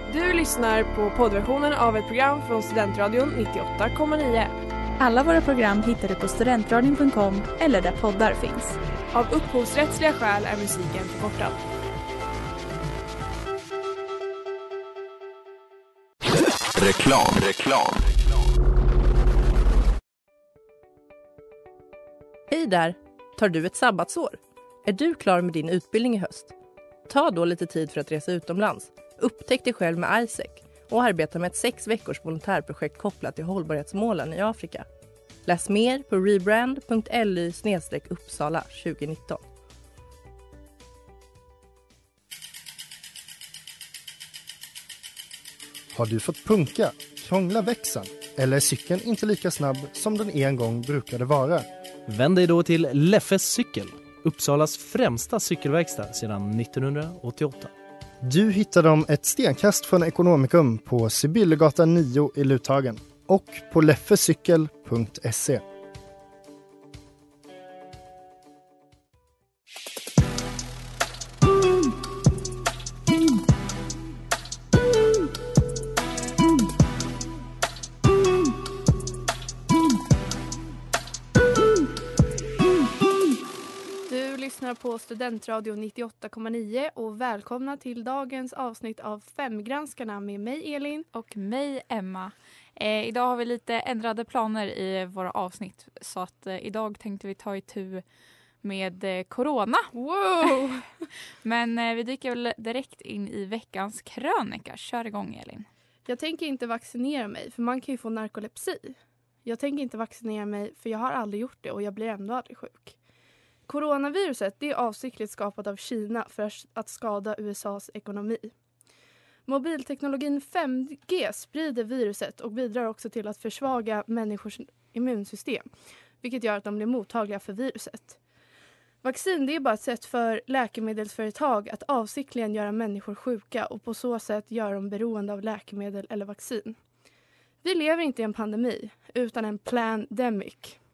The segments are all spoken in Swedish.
Du lyssnar på poddversionen av ett program från Studentradion 98,9. Alla våra program hittar du på studentradion.com eller där poddar finns. Av upphovsrättsliga skäl är musiken förkortad. Reklam. Hej där! Tar du ett sabbatsår? Är du klar med din utbildning i höst? Ta då lite tid för att resa utomlands. Upptäck dig själv med ISEC och arbeta med ett 6 veckors volontärprojekt kopplat till hållbarhetsmålen i Afrika. Läs mer på rebrand.ly/Uppsala 2019. Har du fått punka, krångla växeln eller är cykeln inte lika snabb som den en gång brukade vara? Vänd dig då till Leffes cykel, Uppsalas främsta cykelverkstad sedan 1988. Du hittar dem ett stenkast från Ekonomikum på Sibyllegatan 9 i Luthagen och på leffecykel.se. På Studentradio 98,9 och välkomna till dagens avsnitt av Femgranskarna med mig Elin Och mig Emma. Idag har vi lite ändrade planer i våra avsnitt så att idag tänkte vi ta itu med corona. Wow! Men vi dyker väl direkt in i veckans krönika. Kör igång Elin. Jag tänker inte vaccinera mig för man kan ju få narkolepsi. Jag tänker inte vaccinera mig för jag har aldrig gjort det och jag blir ändå aldrig sjuk. Coronaviruset det är avsiktligt skapat av Kina för att skada USAs ekonomi. Mobilteknologin 5G sprider viruset och bidrar också till att försvaga människors immunsystem, vilket gör att de blir mottagliga för viruset. Vaccin det är bara ett sätt för läkemedelsföretag att avsiktligen göra människor sjuka och på så sätt göra dem beroende av läkemedel eller vaccin. Vi lever inte i en pandemi utan en plandemic.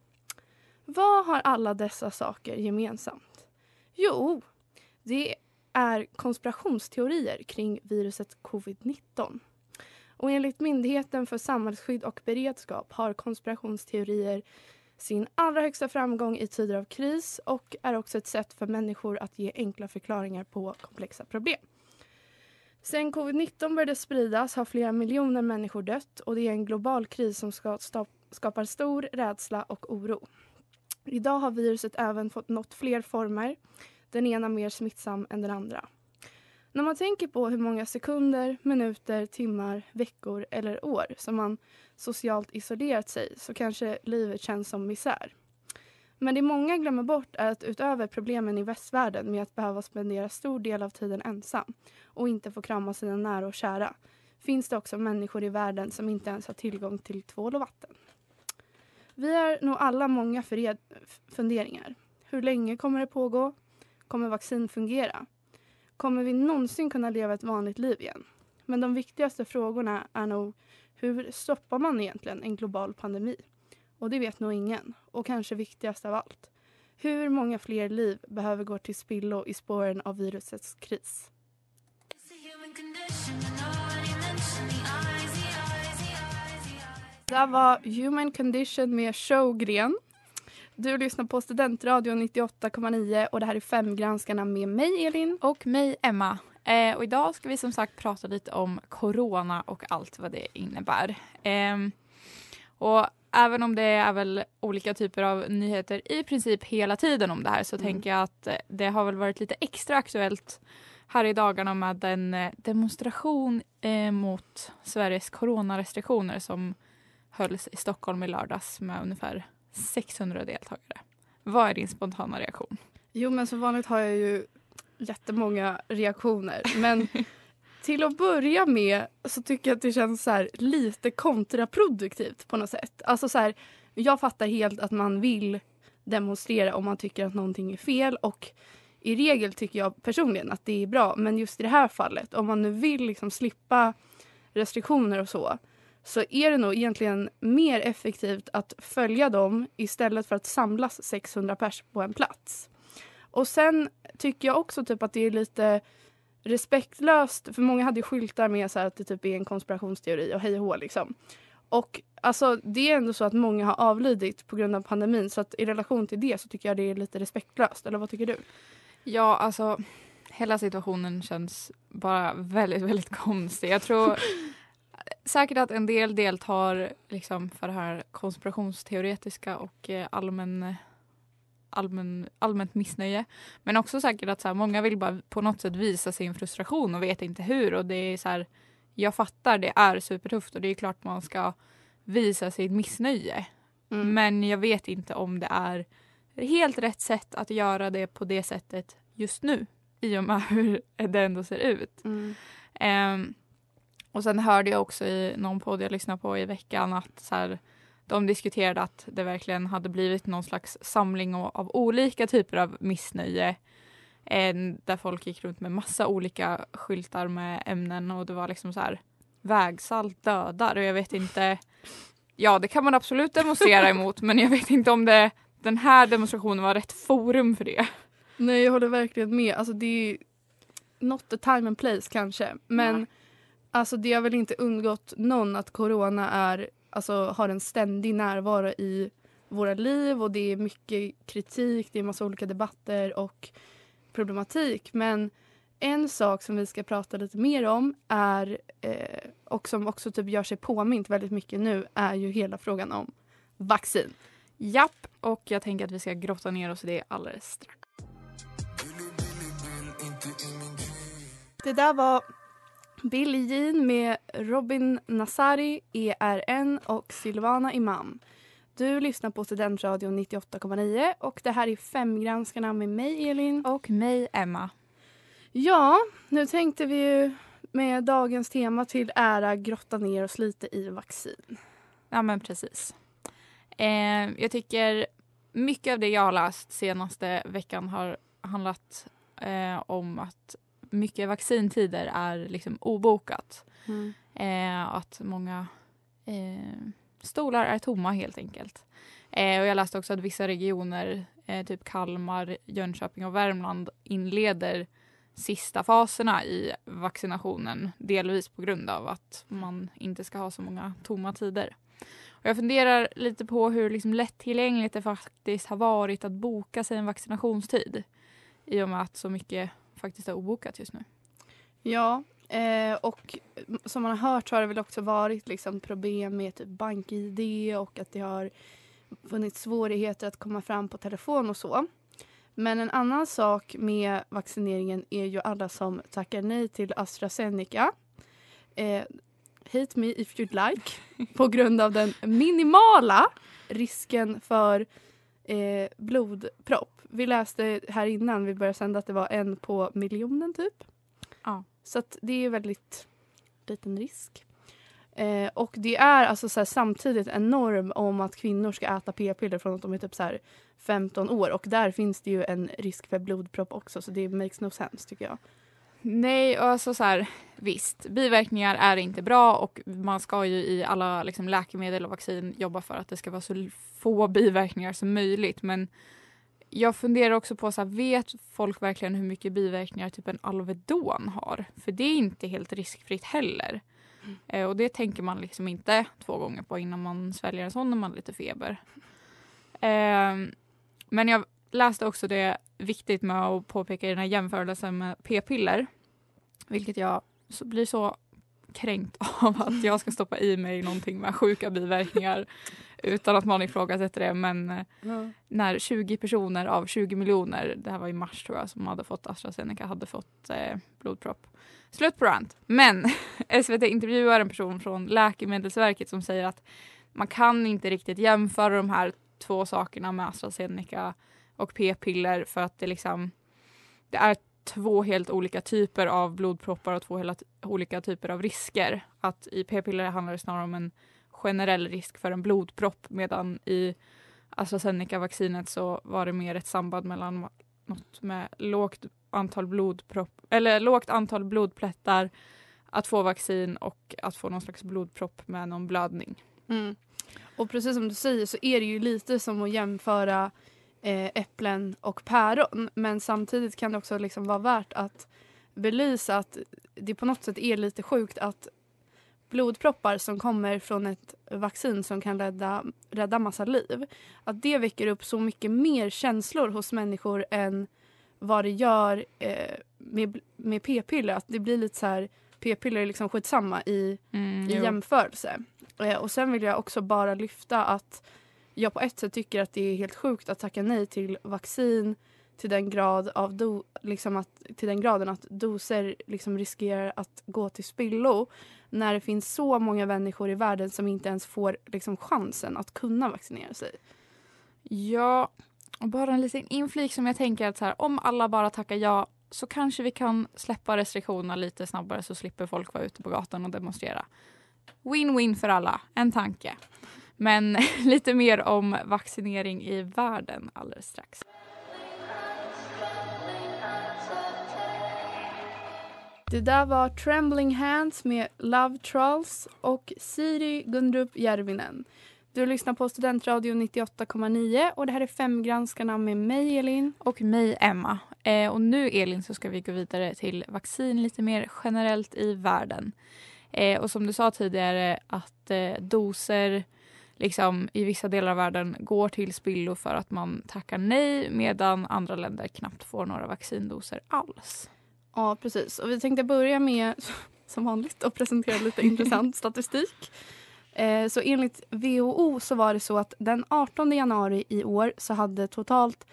Vad har alla dessa saker gemensamt? Jo, det är konspirationsteorier kring viruset covid-19. Och enligt Myndigheten för samhällsskydd och beredskap har konspirationsteorier sin allra högsta framgång i tider av kris och är också ett sätt för människor att ge enkla förklaringar på komplexa problem. Sen covid-19 började spridas har flera miljoner människor dött och det är en global kris som skapar stor rädsla och oro. Idag har viruset även fått nått fler former, den ena mer smittsam än den andra. När man tänker på hur många sekunder, minuter, timmar, veckor eller år som man socialt isolerat sig så kanske livet känns som misär. Men det många glömmer bort är att utöver problemen i västvärlden med att behöva spendera stor del av tiden ensam och inte få krama sina nära och kära, finns det också människor i världen som inte ens har tillgång till tvål och vatten. Vi har nog alla många funderingar. Hur länge kommer det pågå? Kommer vaccin fungera? Kommer vi någonsin kunna leva ett vanligt liv igen? Men de viktigaste frågorna är nog hur stoppar man egentligen en global pandemi? Och det vet nog ingen. Och kanske viktigast av allt. Hur många fler liv behöver gå till spillo i spåren av virusets kris? Det var Human Condition med Showgren. Du lyssnar på Studentradion 98,9 och det här är Femgranskarna med mig Elin. Och mig Emma. Och idag ska vi som sagt prata lite om corona och allt vad det innebär. Och även om det är väl olika typer av nyheter i princip hela tiden om det här så tänker jag att det har väl varit lite extra aktuellt här i dagarna med en demonstration mot Sveriges coronarestriktioner som hölls i Stockholm i lördags med ungefär 600 deltagare. Vad är din spontana reaktion? Jo, men som vanligt har jag ju jättemånga reaktioner. Men till att börja med så tycker jag att det känns så här lite kontraproduktivt på något sätt. Alltså så här, jag fattar helt att man vill demonstrera om man tycker att någonting är fel. Och i regel tycker jag personligen att det är bra. Men just i det här fallet, om man nu vill liksom slippa restriktioner och så är det nog egentligen mer effektivt att följa dem istället för att samlas 600 pers på en plats. Och sen tycker jag också typ att det är lite respektlöst, för många hade ju skyltar med så här att det typ är en konspirationsteori och hej och hå liksom. Och alltså det är ändå så att många har avlidit på grund av pandemin, så att i relation till det så tycker jag det är lite respektlöst, eller vad tycker du? Ja, alltså hela situationen känns bara väldigt, väldigt konstig. Jag tror säkert att en del deltar liksom för det här konspirationsteoretiska och allmänt missnöje. Men också säkert att så här, många vill bara på något sätt visa sin frustration och vet inte hur. Och det är så här, jag fattar, det är supertufft och det är klart man ska visa sitt missnöje. Mm. Men jag vet inte om det är helt rätt sätt att göra det på det sättet just nu. I och med hur det ändå ser ut. Och sen hörde jag också i någon podd jag lyssnade på i veckan att så här, de diskuterade att det verkligen hade blivit någon slags samling av olika typer av missnöje. Där folk gick runt med massa olika skyltar med ämnen och det var liksom så här vägsalt dödar och jag vet inte, ja det kan man absolut demonstrera emot men jag vet inte om den här demonstrationen var rätt forum för det. Nej, jag håller verkligen med. Alltså det är not the time and place kanske. Men alltså det har väl inte undgått någon att corona har en ständig närvaro i våra liv. Och det är mycket kritik, det är massa olika debatter och problematik. Men en sak som vi ska prata lite mer om är, och som också typ gör sig påmint väldigt mycket nu, är ju hela frågan om vaccin. Japp, och jag tänker att vi ska grotta ner oss i det alldeles strax. Det där var Billie Jean med Robin Nasari, ERN och Silvana Imam. Du lyssnar på Studentradion 98,9 och det här är Femgranskarna med mig Elin. Och mig Emma. Ja, nu tänkte vi ju med dagens tema till ära grotta ner oss lite i vaccin. Ja men precis. Jag tycker mycket av det jag har läst senaste veckan har handlat om att mycket vaccintider är liksom obokat. Att många stolar är tomma helt enkelt. Och jag läste också att vissa regioner, typ Kalmar, Jönköping och Värmland inleder sista faserna i vaccinationen. Delvis på grund av att man inte ska ha så många tomma tider. Och jag funderar lite på hur liksom lättillgängligt det faktiskt har varit att boka sig en vaccinationstid. I och med att så mycket faktiskt är obokat just nu. Ja, och som man har hört så har det väl också varit liksom problem med typ bank-ID och att det har funnits svårigheter att komma fram på telefon och så. Men en annan sak med vaccineringen är ju alla som tackar nej till AstraZeneca. Hate me if you'd like. På grund av den minimala risken för blodpropp. Vi läste här innan vi började sända att det var 1 på miljonen typ. Ja. Så att det är väldigt liten risk. Och det är alltså så här, samtidigt en norm om att kvinnor ska äta p-piller från att de är typ så här 15 år. Och där finns det ju en risk för blodpropp också. Så det makes no sense tycker jag. Nej, alltså så här, visst, biverkningar är inte bra och man ska ju i alla liksom, läkemedel och vaccin jobba för att det ska vara så få biverkningar som möjligt. Men jag funderar också på, så här, vet folk verkligen hur mycket biverkningar typ en Alvedon har? För det är inte helt riskfritt heller. Och det tänker man liksom inte 2 gånger på innan man sväljer en sån när man har lite feber. Men jag läste också det viktigt med att påpeka i den här jämförelsen med p-piller. Vilket jag blir så kränkt av att jag ska stoppa i mig någonting med sjuka biverkningar utan att man ifrågasätter det. Men när 20 personer av 20 miljoner, det här var i mars tror jag, som hade fått AstraZeneca hade fått blodpropp. Slut på rant. Men SVT intervjuar en person från Läkemedelsverket som säger att man kan inte riktigt jämföra de här 2 sakerna med AstraZeneca och p-piller för att det är 2 helt olika typer av blodproppar och 2 helt olika typer av risker. Att i p-piller handlar det snarare om en generell risk för en blodpropp, medan i AstraZeneca-vaccinet så var det mer ett samband mellan något med lågt antal blodplättar, att få vaccin och att få någon slags blodpropp med någon blödning. Och precis som du säger så är det ju lite som att jämföra äpplen och päron. Men samtidigt kan det också liksom vara värt att belysa att det på något sätt är lite sjukt att blodproppar som kommer från ett vaccin som kan rädda massa liv, att det väcker upp så mycket mer känslor hos människor än vad det gör med p-piller. Att det blir lite så här, p-piller är liksom skitsamma i jämförelse. Och sen vill jag också bara lyfta att jag på ett sätt tycker att det är helt sjukt att tacka nej till vaccin till den graden att doser liksom riskerar att gå till spillo när det finns så många människor i världen som inte ens får liksom chansen att kunna vaccinera sig. Ja, och bara en liten inflik som jag tänker att så här, om alla bara tackar ja så kanske vi kan släppa restriktionerna lite snabbare så slipper folk vara ute på gatan och demonstrera. Win-win för alla, en tanke. Men lite mer om vaccinering i världen alldeles strax. Det där var Trembling Hands med Love Trolls och Siri Gundrup Järvinen. Du lyssnar på Studentradio 98,9 och det här är 5-granskarna med mig Elin. Och mig Emma. Och nu Elin så ska vi gå vidare till vaccin lite mer generellt i världen. Och som du sa tidigare att doser liksom, i vissa delar av världen går till spillo för att man tackar nej medan andra länder knappt får några vaccindoser alls. Ja, precis. Och vi tänkte börja med, som vanligt, att presentera lite intressant statistik. Så enligt WHO så var det så att den 18 januari i år så hade totalt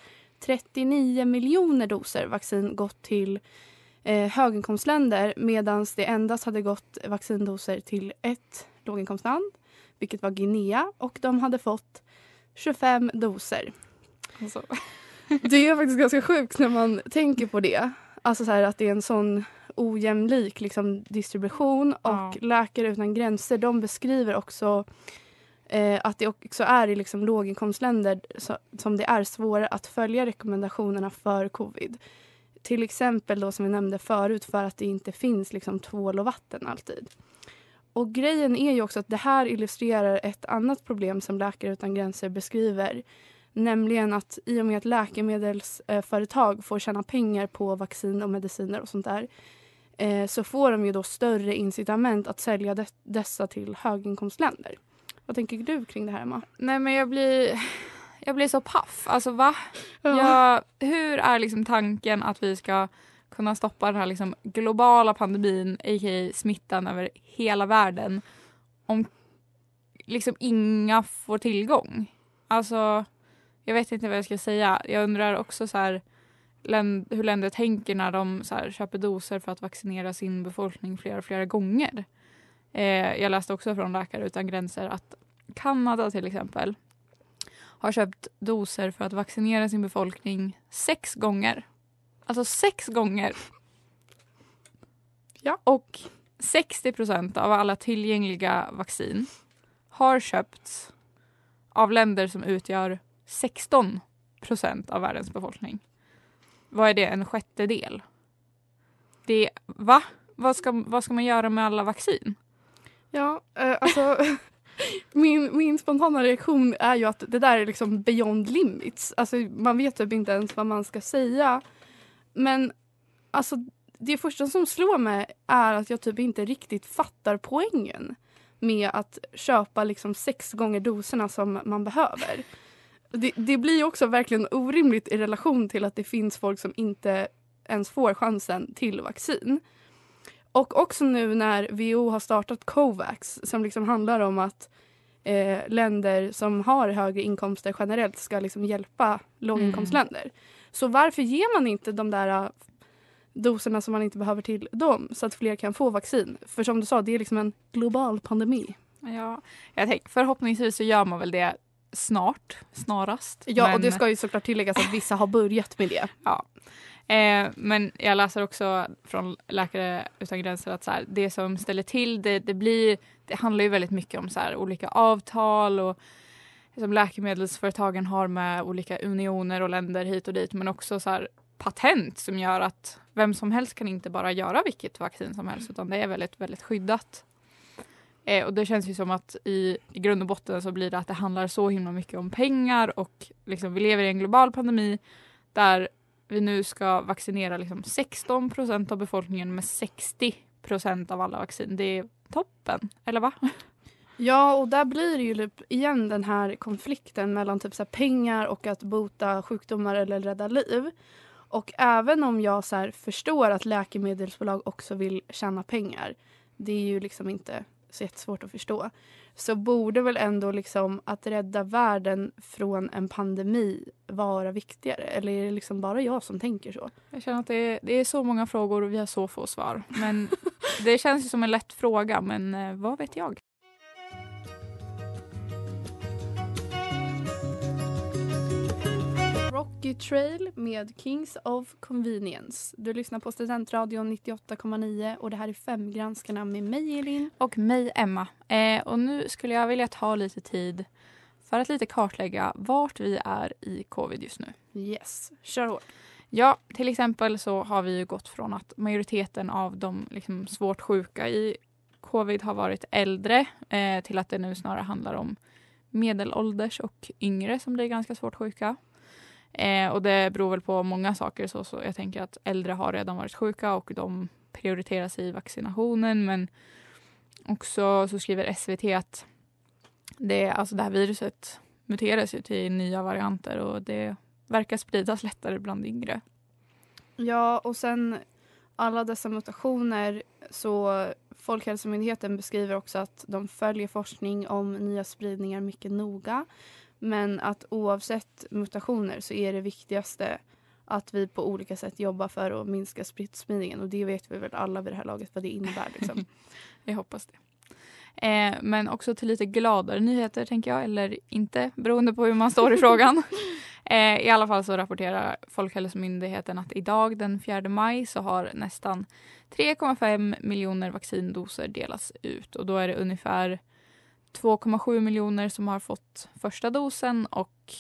39 miljoner doser vaccin gått till höginkomstländer medan det endast hade gått vaccindoser till ett låginkomstland, vilket var Guinea, och de hade fått 25 doser. Alltså. Det är faktiskt ganska sjukt när man tänker på det. Alltså så här, att det är en sån ojämlik liksom, distribution. Och Läkare utan gränser, de beskriver också att det också är i liksom, låginkomstländer som det är svårare att följa rekommendationerna för covid. Till exempel då, som vi nämnde förut, för att det inte finns liksom, tvål och vatten alltid. Och grejen är ju också att det här illustrerar ett annat problem som Läkare utan gränser beskriver. Nämligen att i och med att läkemedelsföretag får tjäna pengar på vaccin och mediciner och sånt där så får de ju då större incitament att sälja dessa till höginkomstländer. Vad tänker du kring det här, Emma? Nej, men jag blir så paff. Alltså va? Ja. Hur är liksom tanken att vi ska kunna stoppa den här liksom globala pandemin, a.k.a. smittan över hela världen, om liksom inga får tillgång? Alltså, jag vet inte vad jag ska säga. Jag undrar också så här, hur länder tänker när de så här, köper doser för att vaccinera sin befolkning flera gånger. Jag läste också från Läkare utan gränser att Kanada till exempel har köpt doser för att vaccinera sin befolkning 6 gånger. Alltså 6 gånger. Ja. Och 60% av alla tillgängliga vaccin har köpts av länder som utgör 16% av världens befolkning. Vad är det? En sjättedel? Det, va? Vad ska man göra med alla vaccin? Ja, alltså min spontana reaktion är ju att det där är liksom beyond limits. Alltså man vet typ inte ens vad man ska säga. Men alltså det första som slår mig är att jag typ inte riktigt fattar poängen med att köpa liksom 6 gånger doserna som man behöver. Det blir också verkligen orimligt i relation till att det finns folk som inte ens får chansen till vaccin. Och också nu när WHO har startat COVAX som liksom handlar om att länder som har högre inkomster generellt ska liksom hjälpa låginkomstländer. Så varför ger man inte de där doserna som man inte behöver till dem så att fler kan få vaccin? För som du sa, det är liksom en global pandemi. Ja, jag tänker, förhoppningsvis så gör man väl det snarast. Ja, men... och det ska ju såklart tilläggas att vissa har börjat med det. Ja. Men jag läser också från Läkare utan gränser att så här, det som ställer till det handlar ju väldigt mycket om så här, olika avtal och som läkemedelsföretagen har med olika unioner och länder hit och dit, men också så här, patent som gör att vem som helst kan inte bara göra vilket vaccin som helst, utan det är väldigt, väldigt skyddat. Och det känns ju som att i grund och botten så blir det att det handlar så himla mycket om pengar och liksom, vi lever i en global pandemi där vi nu ska vaccinera liksom 16% av befolkningen med 60% av alla vaccin. Det är toppen, eller va? Ja, och där blir det ju typ igen den här konflikten mellan typ så här pengar och att bota sjukdomar eller rädda liv. Och även om jag så här förstår att läkemedelsbolag också vill tjäna pengar, det är ju liksom inte så jättesvårt att förstå, så borde väl ändå liksom att rädda världen från en pandemi vara viktigare? Eller är det liksom bara jag som tänker så? Jag känner att det är så många frågor och vi har så få svar. Men det känns ju som en lätt fråga, men vad vet jag? Rocky Trail med Kings of Convenience. Du lyssnar på Studentradion 98,9 och det här är Femgranskarna med mig Elin. Och mig Emma. Och nu skulle jag vilja ta lite tid för att lite kartlägga vart vi är i covid just nu. Yes, kör hårt. Ja, till exempel så har vi ju gått från att majoriteten av de liksom svårt sjuka i covid har varit äldre till att det nu snarare handlar om medelålders och yngre som blir ganska svårt sjuka. Och det beror väl på många saker. Så jag tänker att äldre har redan varit sjuka och de prioriteras i vaccinationen. Men också så skriver SVT att det här viruset muteras ju till nya varianter och det verkar spridas lättare bland yngre. Ja, och sen alla dessa mutationer, så Folkhälsomyndigheten beskriver också att de följer forskning om nya spridningar mycket noga. Men att oavsett mutationer så är det viktigaste att vi på olika sätt jobbar för att minska smittspridningen. Och det vet vi väl alla vid det här laget vad det innebär. Liksom. Jag hoppas det. Men också till lite gladare nyheter tänker jag. Eller inte, beroende på hur man står i frågan. I alla fall så rapporterar Folkhälsomyndigheten att idag den 4 maj så har nästan 3,5 miljoner vaccindoser delats ut. Och då är det ungefär 2,7 miljoner som har fått första dosen och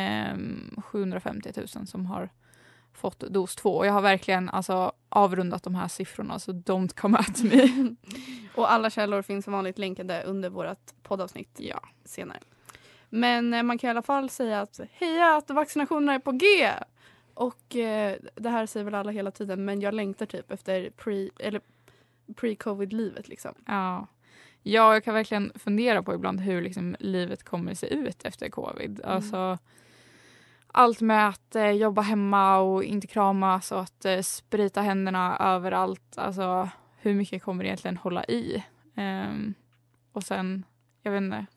750 000 som har fått dos 2. Och jag har verkligen avrundat de här siffrorna, så don't come at me. Och alla källor finns som vanligt länkade under vårt poddavsnitt senare. Men man kan i alla fall säga att heja att vaccinationerna är på G! Och det här säger väl alla hela tiden, men jag längtar typ efter pre-covid-livet liksom. Ja, jag kan verkligen fundera på ibland hur liksom livet kommer se ut efter covid. Alltså allt med att jobba hemma och inte kramas och att sprita händerna överallt. Alltså hur mycket kommer det egentligen hålla i? Och sen, jag vet inte,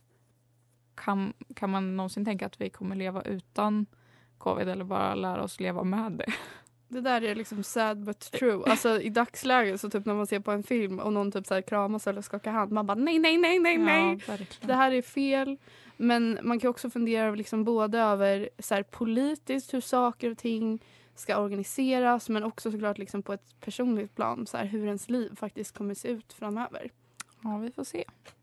kan man någonsin tänka att vi kommer leva utan covid eller bara lära oss leva med det? Det där är liksom sad but true. Alltså i dagsläget så typ när man ser på en film och någon typ så här kramas eller skakar hand, man bara nej. Ja, det här är fel. Men man kan också fundera liksom både över så här politiskt hur saker och ting ska organiseras, men också såklart liksom på ett personligt plan så här hur ens liv faktiskt kommer se ut framöver. Ja, vi får se.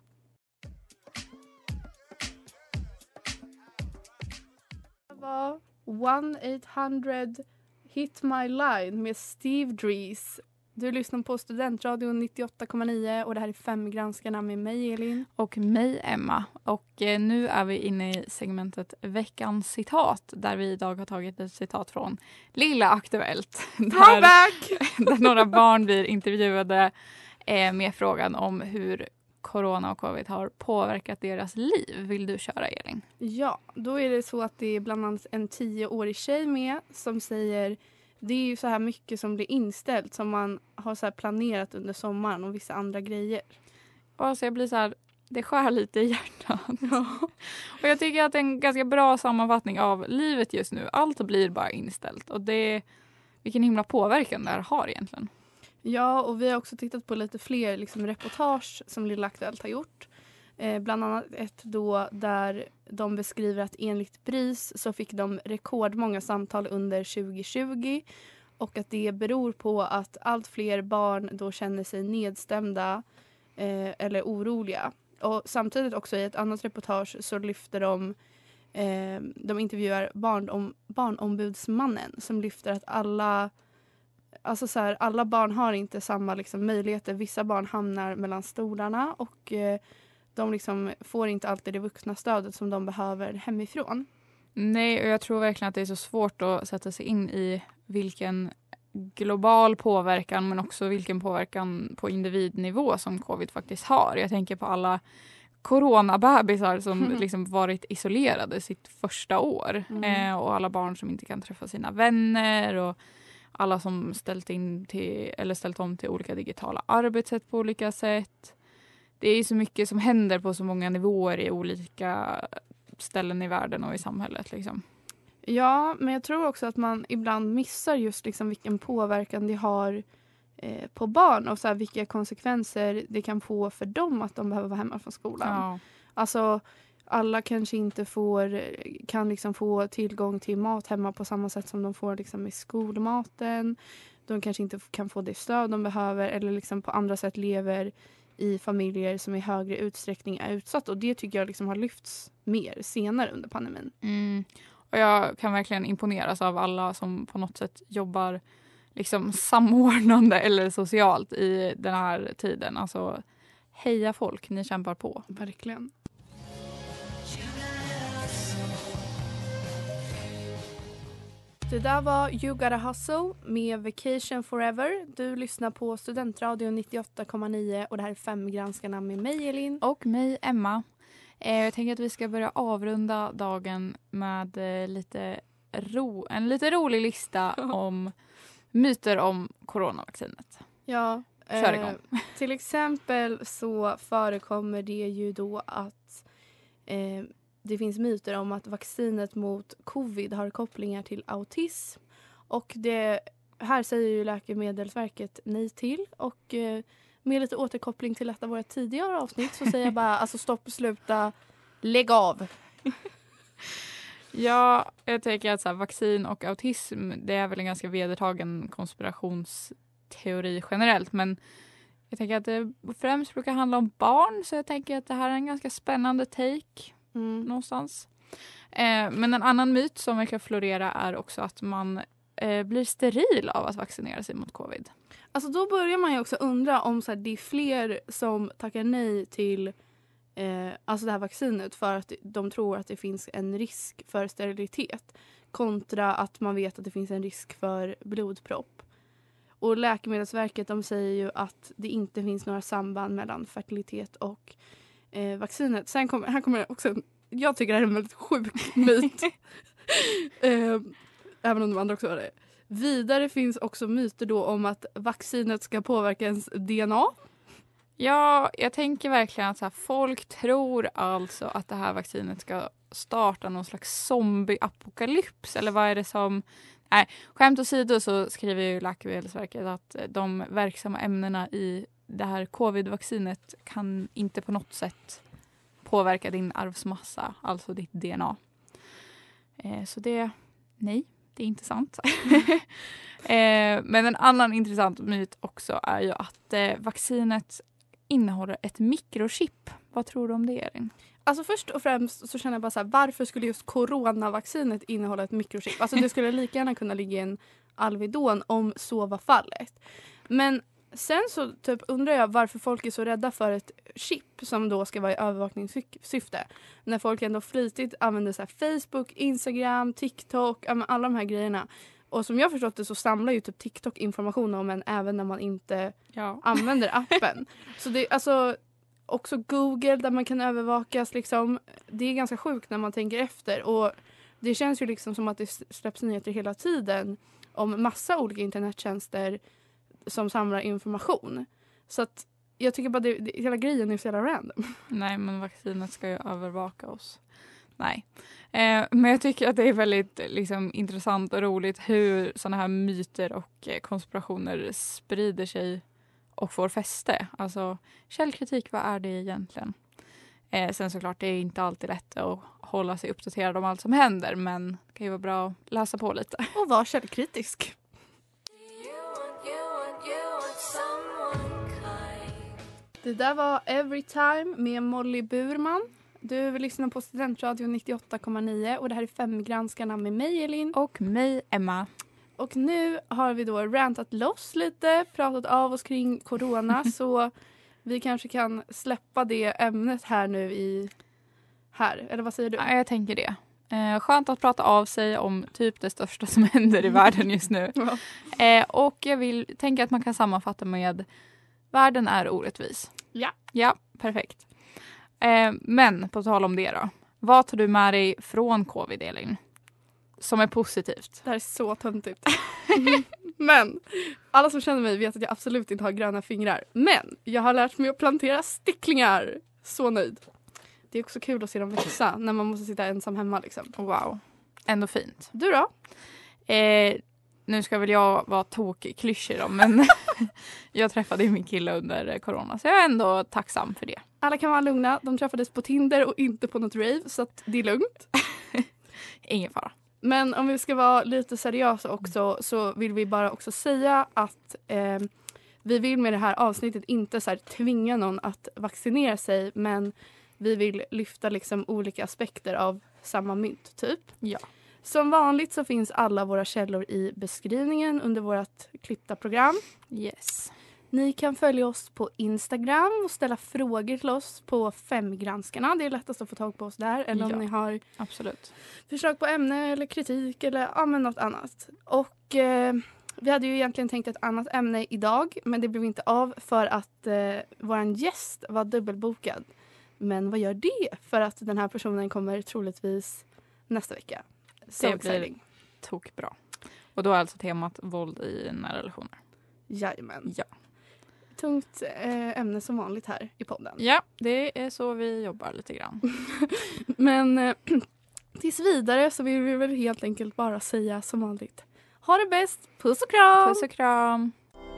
Det var 1-800 Hit My Line med Steve Drees. Du lyssnar på Studentradion 98,9 och det här är Femgranskarna med mig Elin. Och mig Emma. Och nu är vi inne i segmentet Veckans citat, där vi idag har tagit ett citat från Lilla Aktuellt. Där några barn blir intervjuade med frågan om hur corona och covid har påverkat deras liv. Vill du köra, Elin? Ja, då är det så att det är bland annat en 10-årig tjej med som säger det är ju så här mycket som blir inställt som man har så här planerat under sommaren och vissa andra grejer. Och så jag blir så här, det skär lite i hjärtat. Ja. Och jag tycker att det är en ganska bra sammanfattning av livet just nu. Allt blir bara inställt och vilken himla påverkan det här har egentligen. Ja, och vi har också tittat på lite fler liksom, reportage som Lilla Aktuellt har gjort. Bland annat ett då där de beskriver att enligt BRIS så fick de rekordmånga samtal under 2020 och att det beror på att allt fler barn då känner sig nedstämda eller oroliga. Och samtidigt också i ett annat reportage så lyfter de intervjuar barnombudsmannen som lyfter att alla barn har inte samma liksom, möjligheter. Vissa barn hamnar mellan stolarna och de liksom får inte alltid det vuxna stödet som de behöver hemifrån. Nej, och jag tror verkligen att det är så svårt att sätta sig in i vilken global påverkan men också vilken påverkan på individnivå som covid faktiskt har. Jag tänker på alla coronabebisar som liksom varit isolerade sitt första år. Och alla barn som inte kan träffa sina vänner och alla som ställt om till olika digitala arbetssätt på olika sätt. Det är så mycket som händer på så många nivåer i olika ställen i världen och i samhället. Liksom. Ja, men jag tror också att man ibland missar just liksom vilken påverkan det har på barn och så här, vilka konsekvenser det kan få för dem att de behöver vara hemma från skolan. Ja. Alltså, alla kanske inte kan liksom få tillgång till mat hemma på samma sätt som de får liksom i skolmaten. De kanske inte kan få det stöd de behöver eller liksom på andra sätt lever i familjer som i högre utsträckning är utsatt. Och det tycker jag liksom har lyfts mer senare under pandemin. Och jag kan verkligen imponeras av alla som på något sätt jobbar liksom samordnande eller socialt i den här tiden. Alltså, heja folk, ni kämpar på. Verkligen. Det där var You Gotta Hustle med Vacation Forever. Du lyssnar på Studentradion 98,9 och det här är 5-granskarna med mig Elin. Och mig Emma. Jag tänker att vi ska börja avrunda dagen med en lite rolig lista om myter om coronavaccinet. Ja, Kör igång. Till exempel så förekommer det ju då att det finns myter om att vaccinet mot covid har kopplingar till autism. Och det här säger ju Läkemedelsverket nej till. Och med lite återkoppling till ett av våra tidigare avsnitt så säger jag bara alltså stopp, sluta, lägg av. Ja, jag tänker att så här, vaccin och autism, det är väl en ganska vedertagen konspirationsteori generellt. Men jag tänker att det främst brukar handla om barn, så jag tänker att det här är en ganska spännande take någonstans. Men en annan myt som verkar florera är också att man blir steril av att vaccinera sig mot covid. Alltså då börjar man ju också undra om så här, det är fler som tackar nej till alltså det här vaccinet för att de tror att det finns en risk för sterilitet kontra att man vet att det finns en risk för blodpropp. Och Läkemedelsverket de säger ju att det inte finns några samband mellan fertilitet och vaccinet. Sen här kommer också, jag tycker det här är en väldigt sjuk myt. Även om de andra också var det. Vidare finns också myter då om att vaccinet ska påverka ens DNA. Ja, jag tänker verkligen att så här, folk tror alltså att det här vaccinet ska starta någon slags zombie-apokalyps. Eller vad är det som... Nej, skämt åsido så skriver ju Läkemedelsverket att de verksamma ämnena i det här covid-vaccinet kan inte på något sätt påverka din arvsmassa, alltså ditt DNA. Så nej, det är inte sant. Men en annan intressant myt också är ju att vaccinet innehåller ett mikrochip. Vad tror du om det, Elin? Alltså först och främst så känner jag bara så här, varför skulle just coronavaccinet innehålla ett mikrochip? Alltså det skulle lika gärna kunna ligga i en Alvedon om så var fallet. Men sen så typ undrar jag varför folk är så rädda för ett chip som då ska vara i övervakningssyfte. När folk ändå flitigt använder så här Facebook, Instagram, TikTok, alla de här grejerna. Och som jag förstått det så samlar ju typ TikTok information om en även när man inte använder appen. Så det är alltså också Google där man kan övervakas liksom. Det är ganska sjukt när man tänker efter. Och det känns ju liksom som att det släpps nyheter hela tiden om massa olika internettjänster som samlar information. Så att jag tycker bara hela grejen är så jävla random. Nej, men vaccinet ska ju övervaka oss. Nej. Men jag tycker att det är väldigt liksom, intressant och roligt hur såna här myter och konspirationer sprider sig och får fäste. Alltså, källkritik, vad är det egentligen? Sen såklart, det är inte alltid lätt att hålla sig uppdaterad om allt som händer, men det kan ju vara bra att läsa på lite. Och vara källkritisk. Det där var Every Time med Molly Burman. Du lyssnar på Studentradion 98,9 och det här är 5-granskarna med mig Elin. Och mig Emma. Och nu har vi då rantat loss lite, pratat av oss kring corona så vi kanske kan släppa det ämnet här nu eller vad säger du? Ja, jag tänker det. Skönt att prata av sig om typ det största som händer i världen just nu. Och jag tänker att man kan sammanfatta med världen är orättvis. Ja, perfekt. Men på tal om det då. Vad tar du med dig från covid, Elin? Som är positivt. Det här är så töntigt. Men alla som känner mig vet att jag absolut inte har gröna fingrar. Men jag har lärt mig att plantera sticklingar. Så nöjd. Det är också kul att se dem växa när man måste sitta ensam hemma. Liksom. Wow. Ändå fint. Du då? Nu ska väl jag vara tokklyschig då, men jag träffade ju min kille under corona. Så jag är ändå tacksam för det. Alla kan vara lugna. De träffades på Tinder och inte på något rave. Så att det är lugnt. Ingen fara. Men om vi ska vara lite seriösa också så vill vi bara också säga att vi vill med det här avsnittet inte så här tvinga någon att vaccinera sig, men vi vill lyfta liksom olika aspekter av samma mynt typ. Ja. Som vanligt så finns alla våra källor i beskrivningen under vårt klippta program. Yes. Ni kan följa oss på Instagram och ställa frågor till oss på 5granskarna. Det är lättast att få tag på oss där. Eller om ni har förslag på ämne eller kritik eller något annat. Och vi hade ju egentligen tänkt ett annat ämne idag. Men det blev inte av för att våran gäst var dubbelbokad. Men vad gör det? För att den här personen kommer troligtvis nästa vecka. Det blir tokbra. Och då är alltså temat våld i nära relationer. Jajamän. Ja. Tungt ämne som vanligt här i podden. Ja, det är så vi jobbar lite grann. Men tills vidare så vill vi väl helt enkelt bara säga som vanligt. Ha det bäst. Puss och kram! Puss och kram!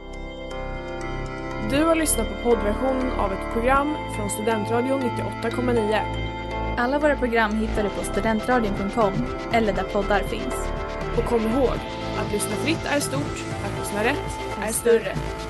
Du har lyssnat på poddversion av ett program från Studentradion 98,9. Alla våra program hittar du på studentradion.com eller där poddar finns. Och kom ihåg, att lyssna fritt är stort, att lyssna rätt är större.